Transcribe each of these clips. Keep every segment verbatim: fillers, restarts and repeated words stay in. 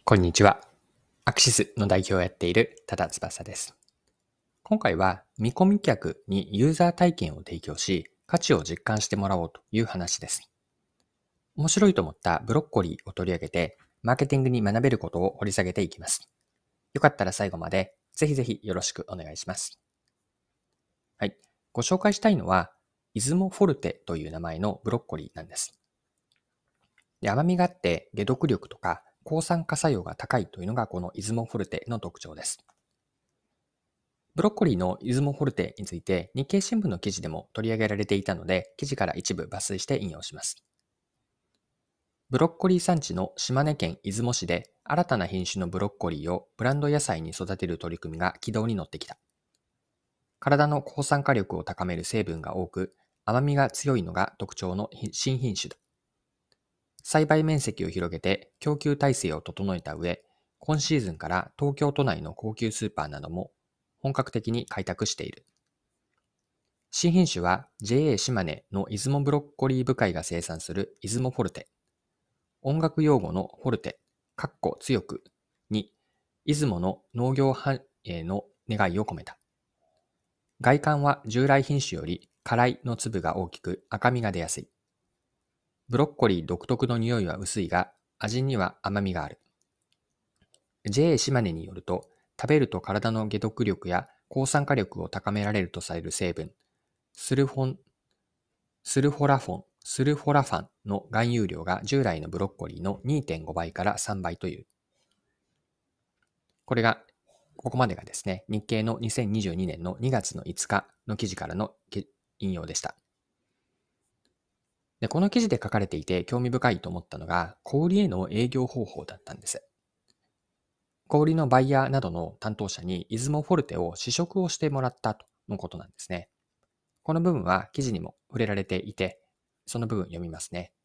こんにちは。アクシスの代表をやっている多田翼です。今回は見込み客にユーザー体験を提供し、価値を実感してもらおうという話です。面白いと思ったブロッコリーを取り上げて、マーケティングに学べることを掘り下げていきます。よかったら最後までぜひぜひよろしくお願いします。はい。ご紹介したいのは、出雲フォルテという名前のブロッコリーなんです。で、甘みがあって解毒力とか抗酸化作用が高いというのがこの出雲フォルテの特徴です。ブロッコリーの出雲フォルテについて日経新聞の記事でも取り上げられていたので、記事から一部抜粋して引用します。ブロッコリー産地の島根県出雲市で新たな品種のブロッコリーをブランド野菜に育てる取り組みが軌道に乗ってきた。体の抗酸化力を高める成分が多く、甘みが強いのが特徴の新品種だ。栽培面積を広げて供給体制を整えた上、今シーズンから東京都内の高級スーパーなども本格的に開拓している。新品種は ジェーエー 島根の出雲ブロッコリー部会が生産する出雲フォルテ。音楽用語のフォルテ、かっこ強くに、出雲の農業繁栄の願いを込めた。外観は従来品種より辛いの粒が大きく赤みが出やすい。ブロッコリー独特の匂いは薄いが、味には甘みがある。ジェーエー 島根によると、食べると体の解毒力や抗酸化力を高められるとされる成分、スルフォン、スルフォラフォン、スルフォラファンの含有量が従来のブロッコリーの にてんご 倍からさんばいという。これが、ここまでがですね、日経のにせんにじゅうにねんのにがつのいつかの記事からの引用でした。で、この記事で書かれていて興味深いと思ったのが、小売への営業方法だったんです。小売のバイヤーなどの担当者に出雲フォルテを試食をしてもらったとのことなんですね。この部分は記事にも触れられていて、その部分読みますね。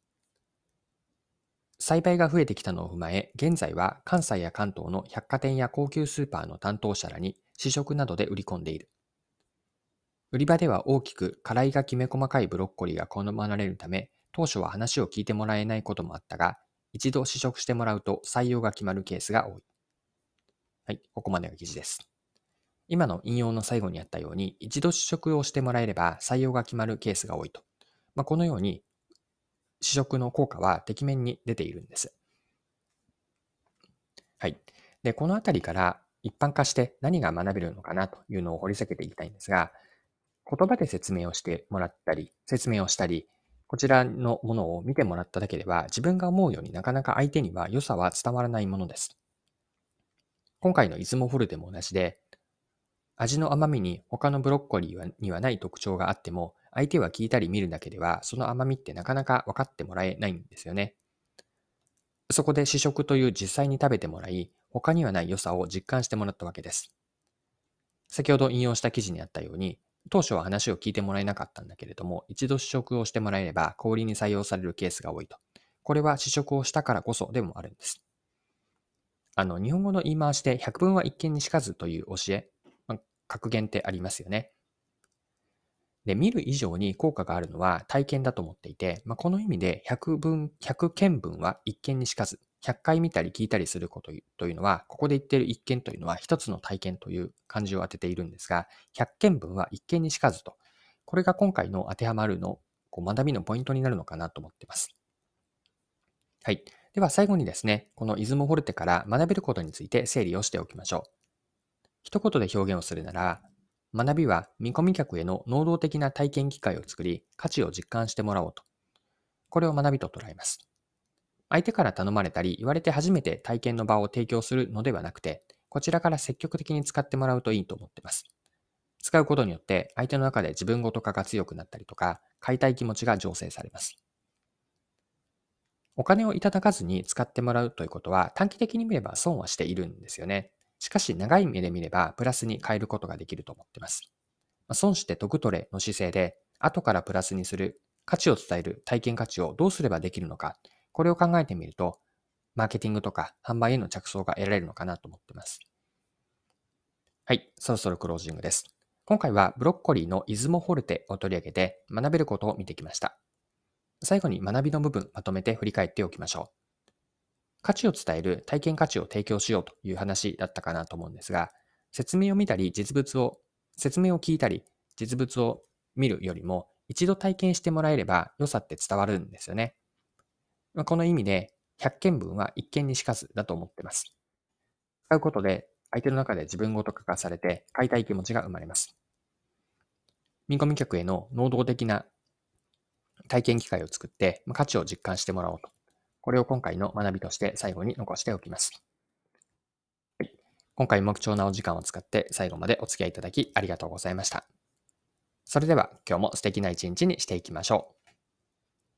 栽培が増えてきたのを踏まえ、現在は関西や関東の百貨店や高級スーパーの担当者らに試食などで売り込んでいる。売り場では大きく辛いがきめ細かいブロッコリーが好まれるため、当初は話を聞いてもらえないこともあったが、一度試食してもらうと採用が決まるケースが多い。はい、ここまでが記事です。今の引用の最後にあったように、一度試食をしてもらえれば採用が決まるケースが多いと。まあ、このように、試食の効果はてきめんに出ているんです。はい。で、このあたりから一般化して何が学べるのかなというのを掘り下げていきたいんですが、言葉で説明をしてもらったり、説明をしたり、こちらのものを見てもらっただけでは、自分が思うようになかなか相手には良さは伝わらないものです。今回の出雲フォルテも同じで、味の甘みに他のブロッコリーにはない特徴があっても、相手は聞いたり見るだけでは、その甘みってなかなか分かってもらえないんですよね。そこで試食という実際に食べてもらい、他にはない良さを実感してもらったわけです。先ほど引用した記事にあったように、当初は話を聞いてもらえなかったんだけれども、一度試食をしてもらえれば小売りに採用されるケースが多いと。これは試食をしたからこそでもあるんです。あの、日本語の言い回しで百聞は一見にしかずという教え、まあ、格言ってありますよね。で、見る以上に効果があるのは体験だと思っていて、まあ、この意味で百聞、百見聞は一見にしかず、ひゃっかい見たり聞いたりすることというのは、ここで言っている一見というのは一つの体験という漢字を当てているんですが、百見聞は一見にしかずと、これが今回の当てはまるのこう学びのポイントになるのかなと思っています。はい。では最後にですね、この出雲フォルテから学べることについて整理をしておきましょう。一言で表現をするなら、学びは見込み客への能動的な体験機会を作り、価値を実感してもらおうと。これを学びと捉えます。相手から頼まれたり言われて初めて体験の場を提供するのではなくて、こちらから積極的に使ってもらうといいと思っています。使うことによって相手の中で自分ごと化が強くなったりとか、買いたい気持ちが醸成されます。お金をいただかずに使ってもらうということは短期的に見れば損はしているんですよね。しかし長い目で見ればプラスに変えることができると思っています。損して得取れの姿勢で後からプラスにする価値を伝える体験価値をどうすればできるのか、これを考えてみるとマーケティングとか販売への着想が得られるのかなと思っています。はい、そろそろクロージングです。今回はブロッコリーの出雲フォルテを取り上げて学べることを見てきました。最後に学びの部分まとめて振り返っておきましょう。 価値を伝える体験価値を提供しようという話だったかなと思うんですが、説明を見たり実物を、説明を聞いたり実物を見るよりも一度体験してもらえれば良さって伝わるんですよね。この意味でひゃっけんぶんは一見にしかずだと思っています。使うことで相手の中で自分ごと化されて買いたい気持ちが生まれます。見込み客への能動的な体験機会を作って価値を実感してもらおうと。これを今回の学びとして最後に残しておきます。はい、今回も貴重なお時間を使って最後までお付き合いいただきありがとうございました。それでは今日も素敵な一日にしていきましょう。